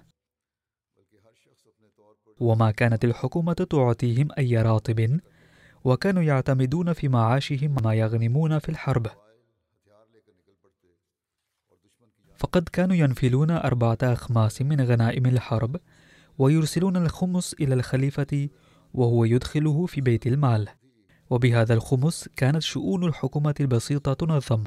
وما كانت الحكومة تعطيهم أي راتب، وكانوا يعتمدون في معاشهم ما يغنمون في الحرب. فقد كانوا ينفلون أربعة أخماس من غنائم الحرب ويرسلون الخمس إلى الخليفة وهو يدخله في بيت المال، وبهذا الخمس كانت شؤون الحكومة البسيطة تنظم.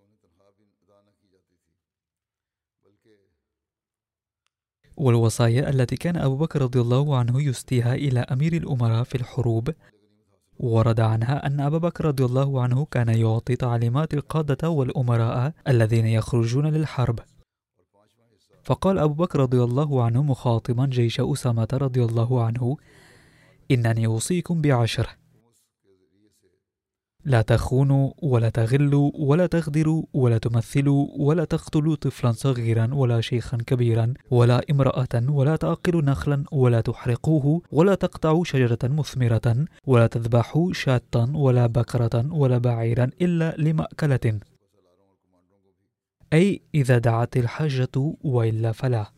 والوصايا التي كان أبو بكر رضي الله عنه يسديها إلى أمير الأمراء في الحروب، ورد عنها أن أبا بكر رضي الله عنه كان يعطي تعليمات القادة والأمراء الذين يخرجون للحرب. فقال أبو بكر رضي الله عنه مخاطبا جيش أسامة رضي الله عنه: إنني أوصيكم بعشر: لا تخونوا ولا تغلوا ولا تغدروا ولا تمثلوا ولا تقتلوا طفلا صغيرا ولا شيخا كبيرا ولا امرأة ولا تعقلوا نخلا ولا تحرقوه ولا تقطعوا شجرة مثمرة ولا تذبحوا شاة ولا بقرة ولا بعيرا إلا لمأكلة، أي إذا دعت الحاجة وإلا فلا.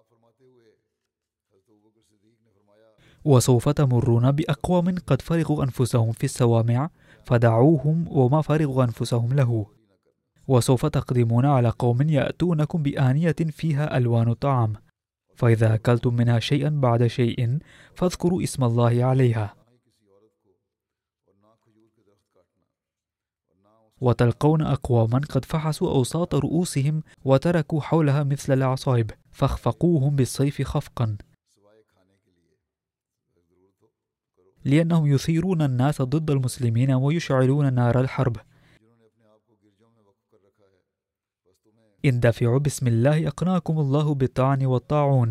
وسوف تمرون بأقوام قد فرغوا أنفسهم في السوامع فدعوهم وما فرغوا أنفسهم له، وسوف تقدمون على قوم يأتونكم بآنية فيها ألوان الطعام، فإذا أكلتم منها شيئا بعد شيء فاذكروا اسم الله عليها. وتلقون أقواما قد فحصوا أوساط رؤوسهم وتركوا حولها مثل الأعصاب فاخفقوهم بالسيف خفقا، لأنهم يثيرون الناس ضد المسلمين ويشعلون نار الحرب. اندفعوا بسم الله أقناكم الله بالطعن والطاعون.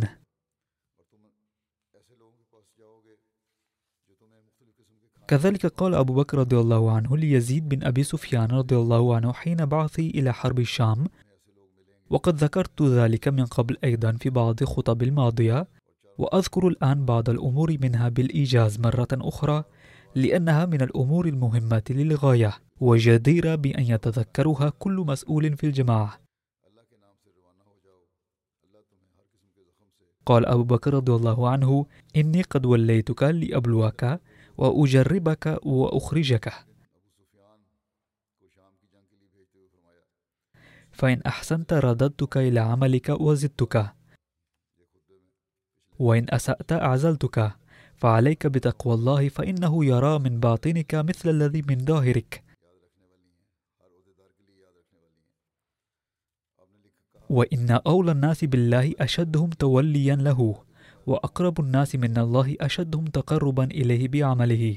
كذلك قال أبو بكر رضي الله عنه ليزيد بن أبي سفيان رضي الله عنه حين بعثي إلى حرب الشام، وقد ذكرت ذلك من قبل أيضا في بعض خطب الماضية، وأذكر الآن بعض الأمور منها بالإيجاز مرة أخرى لأنها من الأمور المهمة للغاية وجديرة بأن يتذكرها كل مسؤول في الجماعة. قال أبو بكر رضي الله عنه: إني قد وليتك لأبلوك وأجربك وأخرجك، فإن أحسنت رددتك إلى عملك وزدتك، وإن أسأت أعزلتك، فعليك بتقوى الله فإنه يرى من باطنك مثل الذي من ظاهرك. وإن أولى الناس بالله أشدهم توليا له، وأقرب الناس من الله أشدهم تقربا إليه بعمله.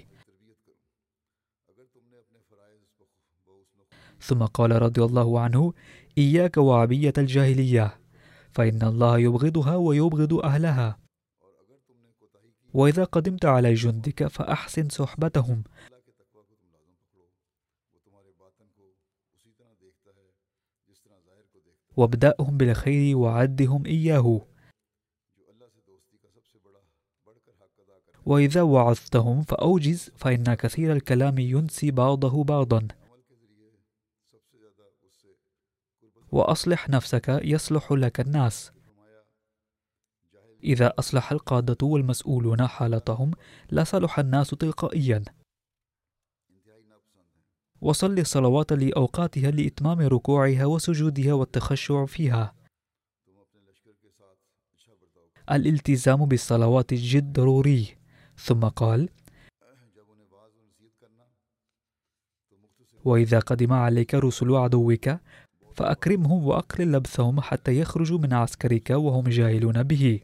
ثم قال رضي الله عنه: إياك وعبية الجاهلية، فإن الله يبغضها ويبغض أهلها. وإذا قدمت على جندك فأحسن صحبتهم، وابدأهم بالخير وعدهم إياه، وإذا وعظتهم فأوجز، فإن كثير الكلام ينسي بعضه بعضا. وأصلح نفسك يصلح لك الناس. إذا أصلح القادة والمسؤولون حالتهم لصلح الناس تلقائيا. وصل الصلوات لأوقاتها لإتمام ركوعها وسجودها والتخشع فيها. الالتزام بالصلوات جد ضروري. ثم قال: وإذا قدم عليك رسل عدوك فأكرمهم وأقلل لبثهم حتى يخرجوا من عسكرك وهم جاهلون به،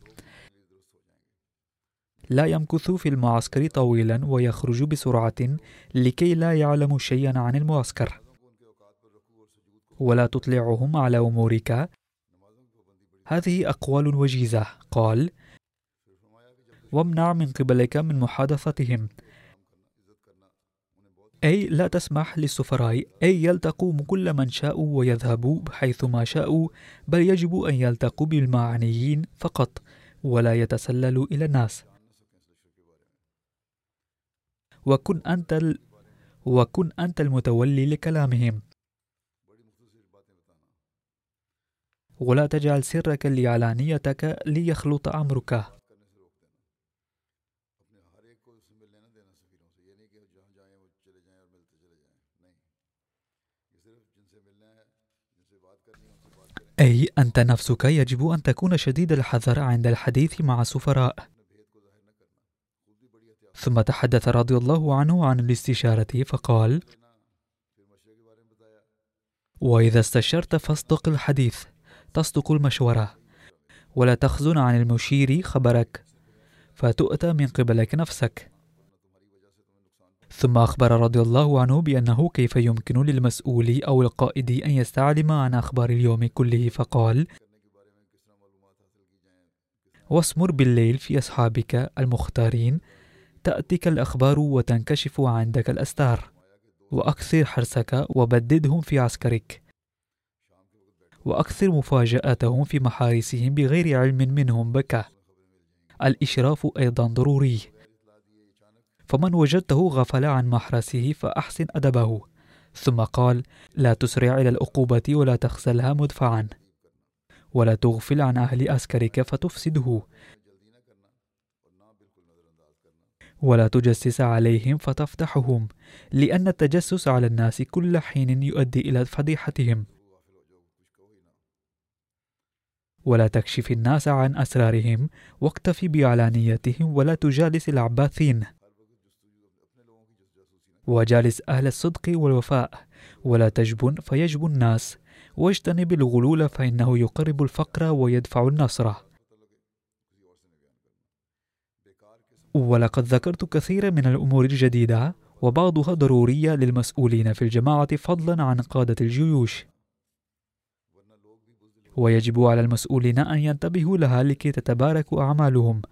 لا يمكثوا في المعسكر طويلا ويخرجوا بسرعة لكي لا يعلموا شيئا عن المعسكر، ولا تطلعهم على أمورك. هذه أقوال وجيزة. قال: وامنع من قبلك من محادثتهم، أي لا تسمح للسفراء أي يلتقوا كل من شاءوا ويذهبوا حيث ما شاءوا، بل يجب أن يلتقوا بالمعنيين فقط ولا يتسللوا إلى الناس. وكن أنت ال... وكن أنت المتولي لكلامهم، ولا تجعل سرك لعلانيتك ليخلط أمرك. أي أنت نفسك يجب أن تكون شديد الحذر عند الحديث مع السفراء. ثم تحدث رضي الله عنه عن الاستشارة فقال: وإذا استشرت فاصدق الحديث، تصدق المشورة، ولا تخزن عن المشير خبرك فتؤتى من قبلك نفسك. ثم أخبر رضي الله عنه بأنه كيف يمكن للمسؤول أو القائد أن يستعلم عن أخبار اليوم كله، فقال: واسمر بالليل في أصحابك المختارين تأتيك الأخبار وتنكشف عندك الأستار. وأكثر حرصك وبددهم في عسكرك، وأكثر مفاجأتهم في محارسهم بغير علم منهم بك. الإشراف أيضا ضروري، فمن وجدته غفل عن محرسه فأحسن أدبه. ثم قال: لا تسرع إلى العقوبة ولا تخذلها مدفعا، ولا تغفل عن أهل عسكرك فتفسده، ولا تجسس عليهم فتفتحهم، لأن التجسس على الناس كل حين يؤدي إلى فضيحتهم. ولا تكشف الناس عن أسرارهم، واكتفي بعلانيتهم، ولا تجالس العباثين، وجالس أهل الصدق والوفاء، ولا تجبن فيجبن الناس، واجتنب الغلول فإنه يقرب الفقر ويدفع النصر. ولقد ذكرت كثيرا من الأمور الجديدة، وبعضها ضرورية للمسؤولين في الجماعة فضلا عن قادة الجيوش، ويجب على المسؤولين أن ينتبهوا لها لكي تتبارك أعمالهم.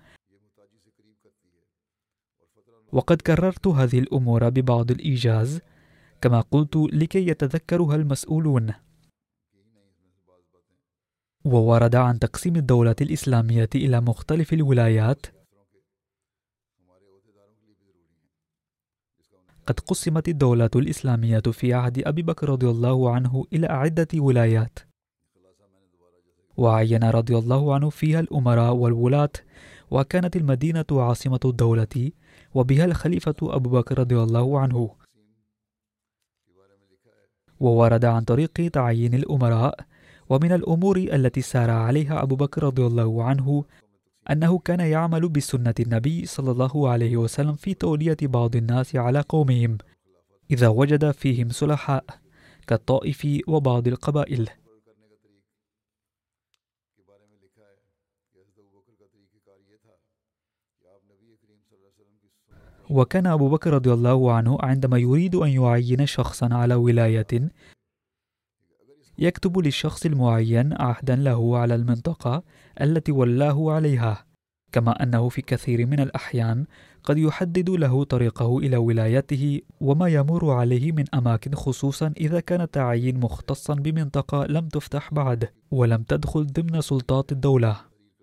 وقد كررت هذه الأمور ببعض الإيجاز، كما قلت لكي يتذكرها المسؤولون. وورد عن تقسيم الدولة الإسلامية إلى مختلف الولايات. قد قسمت الدولة الإسلامية في عهد أبي بكر رضي الله عنه إلى عدة ولايات، وعين رضي الله عنه فيها الأمراء والولاة، وكانت المدينة عاصمة الدولة، وبها الخليفة أبو بكر رضي الله عنه. وورد عن طريق تعيين الأمراء، ومن الأمور التي سار عليها أبو بكر رضي الله عنه أنه كان يعمل بسنة النبي صلى الله عليه وسلم في تولية بعض الناس على قومهم إذا وجد فيهم صلحاء كالطائف وبعض القبائل. وكان أبو بكر رضي الله عنه عندما يريد أن يعين شخصا على ولاية يكتب للشخص المعين عهدا له على المنطقة التي ولاه عليها، كما أنه في كثير من الأحيان قد يحدد له طريقه إلى ولايته وما يمر عليه من أماكن، خصوصا إذا كان التعيين مختصا بمنطقة لم تفتح بعد ولم تدخل ضمن سلطات الدولة.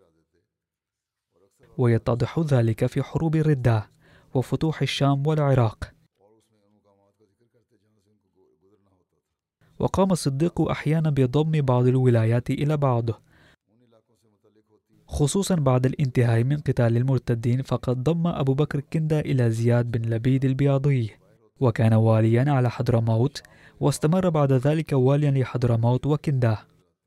ويتضح ذلك في حروب الردة وفتوح الشام والعراق. وقام الصديق أحيانا بضم بعض الولايات إلى بعض، خصوصا بعد الانتهاء من قتال المرتدين، فقد ضم أبو بكر كندة إلى زياد بن لبيد البياضي، وكان واليا على حضرموت، واستمر بعد ذلك واليا لحضرموت وكندة.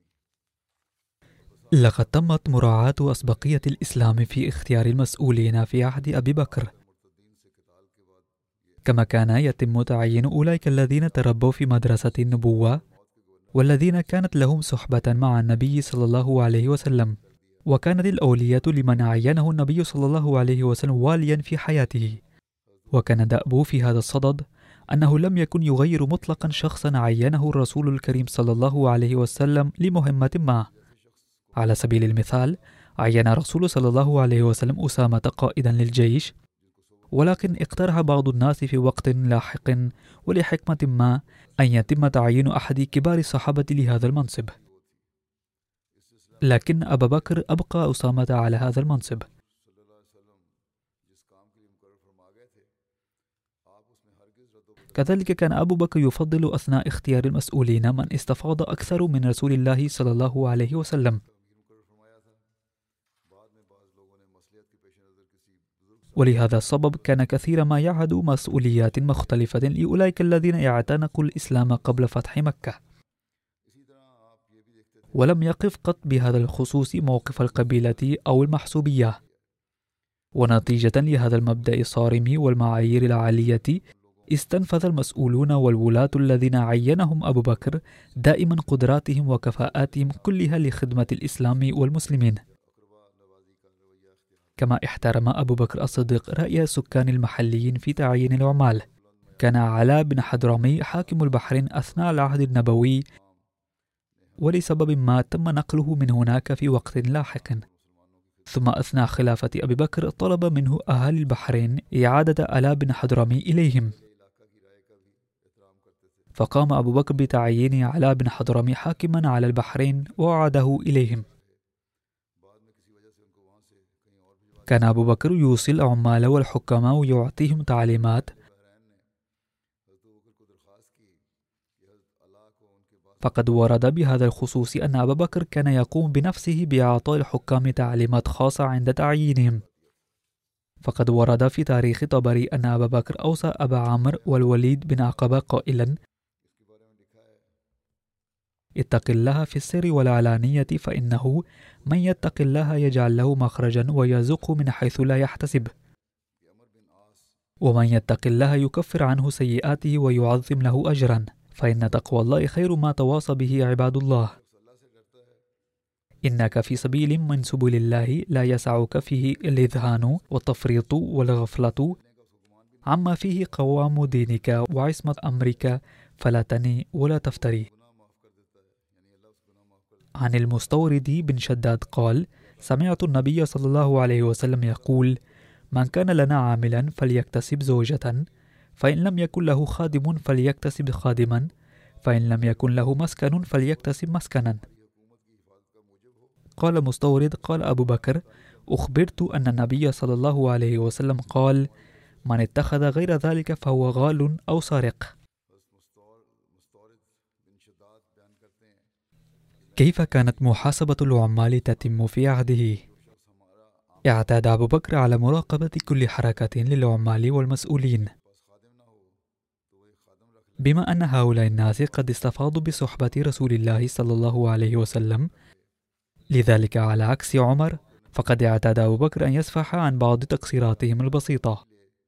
لقد تمت مراعاة أسبقية الإسلام في اختيار المسؤولين في عهد أبي بكر، كما كان يتم تعيين أولئك الذين تربوا في مدرسة النبوة والذين كانت لهم صحبة مع النبي صلى الله عليه وسلم. وكانت الأولية لمن عينه النبي صلى الله عليه وسلم واليا في حياته. وكان دأبه في هذا الصدد أنه لم يكن يغير مطلقا شخصا عينه الرسول الكريم صلى الله عليه وسلم لمهمة ما. على سبيل المثال، عين رسول صلى الله عليه وسلم أسامة قائدا للجيش، ولكن اقترح بعض الناس في وقت لاحق ولحكمة ما أن يتم تعيين أحد كبار الصحابة لهذا المنصب، لكن أبا بكر أبقى أسامة على هذا المنصب. كذلك كان أبو بكر يفضل أثناء اختيار المسؤولين من استفاض أكثر من رسول الله صلى الله عليه وسلم. ولهذا السبب كان كثيرا ما يعهد مسؤوليات مختلفة لأولئك الذين اعتنقوا الإسلام قبل فتح مكة، ولم يقف قط بهذا الخصوص موقف القبيلة أو المحسوبية. ونتيجة لهذا المبدأ الصارم والمعايير العالية، استنفذ المسؤولون والولاة الذين عينهم أبو بكر دائما قدراتهم وكفاءاتهم كلها لخدمة الإسلام والمسلمين. كما احترم أبو بكر الصديق رأي السكان المحليين في تعيين العمال. كان علاء بن حضرمي حاكم البحرين أثناء العهد النبوي، ولسبب ما تم نقله من هناك في وقت لاحق. ثم أثناء خلافة أبي بكر طلب منه أهالي البحرين إعادة علاء بن حضرمي إليهم. فقام أبو بكر بتعيين علاء بن حضرمي حاكما على البحرين ووعده إليهم. كان أبو بكر يوصي العمال والحكماء ويعطيهم تعليمات، فقد ورد بهذا الخصوص أن أبا بكر كان يقوم بنفسه بإعطاء الحكام تعليمات خاصة عند تعيينهم. فقد ورد في تاريخ طبري أن أبا بكر أوصى أبا عمرو والوليد بن عقبة قائلا: اتق الله في السر والعلانية، فإنه من يتق الله يجعل له مخرجا ويرزقه من حيث لا يحتسب، ومن يتق الله يكفر عنه سيئاته ويعظم له أجرا، فإن تقوى الله خير ما تواصى به عباد الله. إنك في سبيل من سبل الله لا يسعك فيه الإذهان والتفريط والغفلة عما فيه قوام دينك وعصمة أمرك، فلا تني ولا تفتري. عن المستورد بن شداد قال: سمعت النبي صلى الله عليه وسلم يقول: من كان لنا عاملا فليكتسب زوجة، فإن لم يكن له خادم فليكتسب خادما، فإن لم يكن له مسكن فليكتسب مسكنا. قال مستورد: قال أبو بكر: أخبرت أن النبي صلى الله عليه وسلم قال: من اتخذ غير ذلك فهو غال أو سارق. كيف كانت محاسبة العمال تتم في عهده؟ اعتاد أبو بكر على مراقبة كل حركة للعمال والمسؤولين، بما أن هؤلاء الناس قد استفاضوا بصحبة رسول الله صلى الله عليه وسلم. لذلك على عكس عمر، فقد اعتاد أبو بكر أن يسفح عن بعض تقصيراتهم البسيطة.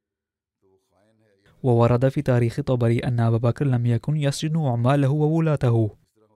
وورد في تاريخ طبري أن أبا بكر لم يكن يسجن عماله وولاته،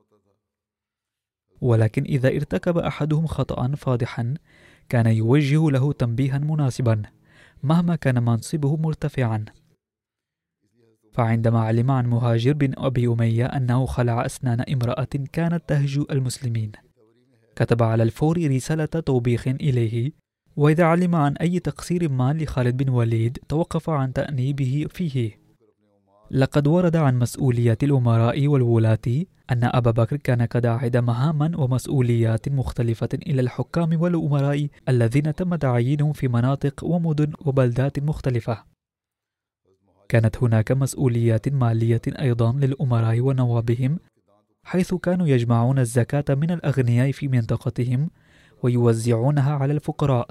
ولكن إذا ارتكب أحدهم خطأ فاضحا كان يوجه له تنبيها مناسبا مهما كان منصبه مرتفعا. فعندما علم عن مهاجر بن أبي أمية أنه خلع أسنان امرأة كانت تهجو المسلمين، كتب على الفور رسالة توبيخ إليه، وإذا علم عن أي تقصير ما لخالد بن وليد توقف عن تأنيبه فيه. لقد ورد عن مسؤولية الأمراء والولاة أن أبا بكر كان قد عهد مهاما ومسؤوليات مختلفة إلى الحكام والأمراء الذين تم تعيينهم في مناطق ومدن وبلدات مختلفة. كانت هناك مسؤوليات مالية أيضا للأمراء ونوابهم، حيث كانوا يجمعون الزكاة من الأغنياء في منطقتهم ويوزعونها على الفقراء،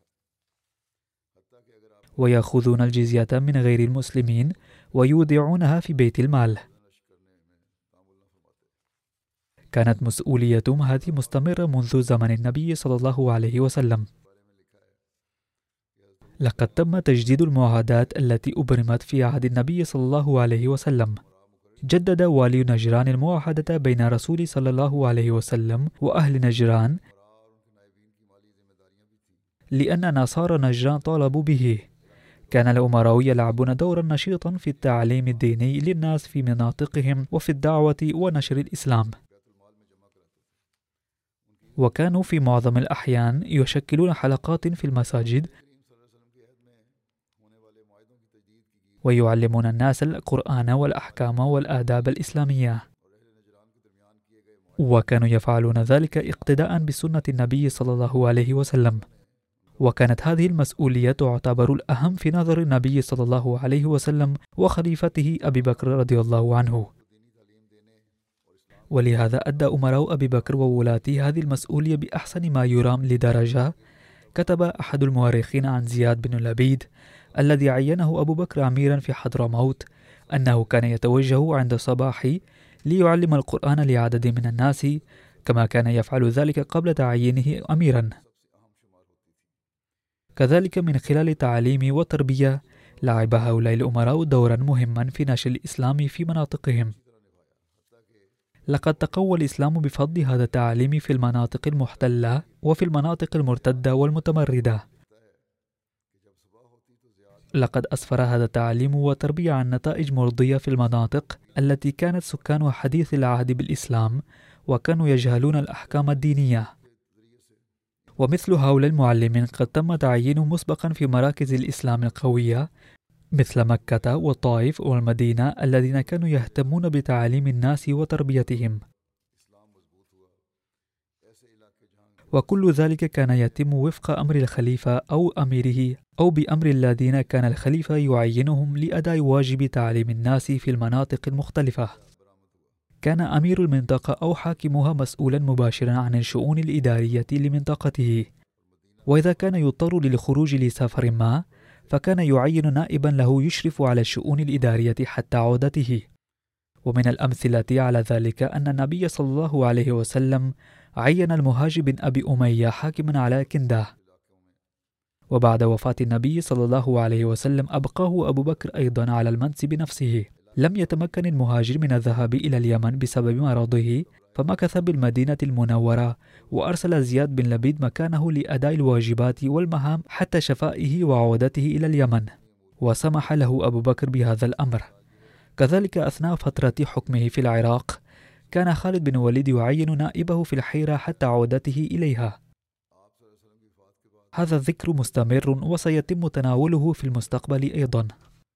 ويأخذون الجزية من غير المسلمين ويودعونها في بيت المال. كانت مسؤوليتهم هذه مستمرة منذ زمن النبي صلى الله عليه وسلم. لقد تم تجديد المعاهدات التي أبرمت في عهد النبي صلى الله عليه وسلم. جدد والي نجران المعاهدة بين رسول صلى الله عليه وسلم وأهل نجران، لأن نصارى نجران طالبوا به. كان الأمراء يلعبون دورا نشيطا في التعليم الديني للناس في مناطقهم وفي الدعوة ونشر الإسلام، وكانوا في معظم الأحيان يشكلون حلقات في المساجد ويعلمون الناس القرآن والأحكام والآداب الإسلامية، وكانوا يفعلون ذلك اقتداء بسنة النبي صلى الله عليه وسلم. وكانت هذه المسؤولية تعتبر الأهم في نظر النبي صلى الله عليه وسلم وخليفته أبي بكر رضي الله عنه، ولهذا أدى أمراء أبي بكر وولاته هذه المسؤولية بأحسن ما يرام، لدرجة كتب أحد المؤرخين عن زياد بن لبيد الذي عينه أبو بكر أميرا في حضرموت أنه كان يتوجه عند الصباح ليعلم القرآن لعدد من الناس، كما كان يفعل ذلك قبل تعيينه أميرا. كذلك من خلال التعليم والتربية لعب هؤلاء الأمراء دورا مهما في نشر الإسلام في مناطقهم. لقد تقوى الإسلام بفضل هذا التعليم في المناطق المحتلة وفي المناطق المرتدة والمتمردة. لقد أسفر هذا التعليم والتربية عن نتائج مرضية في المناطق التي كانت سكانها حديث العهد بالإسلام وكانوا يجهلون الأحكام الدينية. ومثل هؤلاء المعلمين قد تم تعيينهم مسبقا في مراكز الإسلام القوية مثل مكة والطائف والمدينة الذين كانوا يهتمون بتعليم الناس وتربيتهم، وكل ذلك كان يتم وفق أمر الخليفة أو أميره أو بأمر الذين كان الخليفة يعينهم لأداء واجب تعليم الناس في المناطق المختلفة. كان أمير المنطقة أو حاكمها مسؤولا مباشرا عن الشؤون الإدارية لمنطقته، وإذا كان يضطر للخروج لسفر ما فكان يعين نائبا له يشرف على الشؤون الإدارية حتى عودته. ومن الأمثلة على ذلك أن النبي صلى الله عليه وسلم عين المهاجر بن أبي أمية حاكما على كندة، وبعد وفاة النبي صلى الله عليه وسلم أبقاه أبو بكر أيضا على المنصب نفسه. لم يتمكن المهاجر من الذهاب إلى اليمن بسبب مرضه، فمكث بالمدينة المنورة، وأرسل زياد بن لبيد مكانه لأداء الواجبات والمهام حتى شفائه وعودته إلى اليمن، وسمح له أبو بكر بهذا الأمر. كذلك أثناء فترة حكمه في العراق كان خالد بن وليد يعين نائبه في الحيرة حتى عودته إليها. هذا الذكر مستمر وسيتم تناوله في المستقبل أيضا.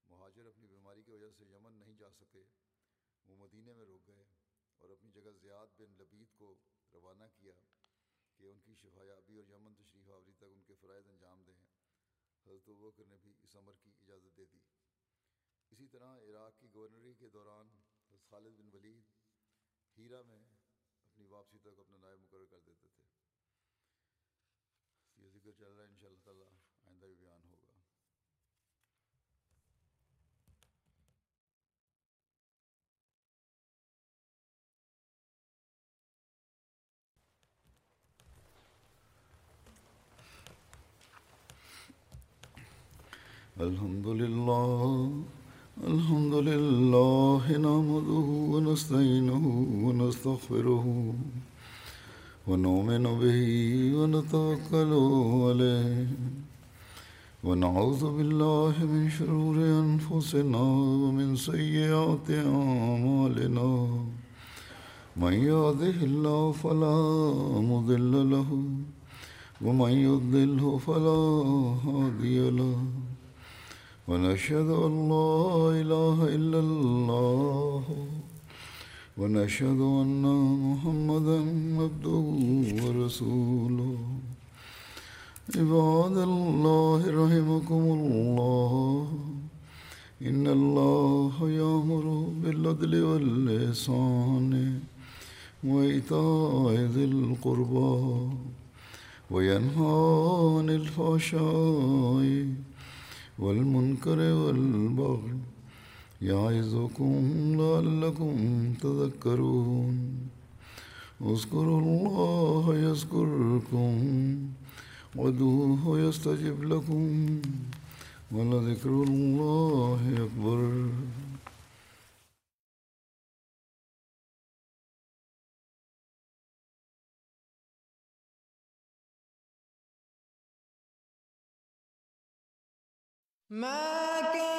الحمد لله الحمد لله نحمده ونستعينه ونستغفره ونؤمن به ونتوكل عليه ونعوذ بالله من شرور أنفسنا ومن سيئات أعمالنا. من يهده الله فلا مضل له ومن يضلله فلا هادي له، ونشهد أن لا إله إلا الله ونشهد أن محمدا عبده ورسوله. عباد الله رحمكم الله، إن الله يأمر بالعدل والإحسان وإيتاء ذي القربى وينهى عن الفحشاء والمنكر والبغي يعظكم لعلكم تذكرون. اذكروا الله يذكركم وادعوه يستجب لكم ولذكر الله أكبر. ما كان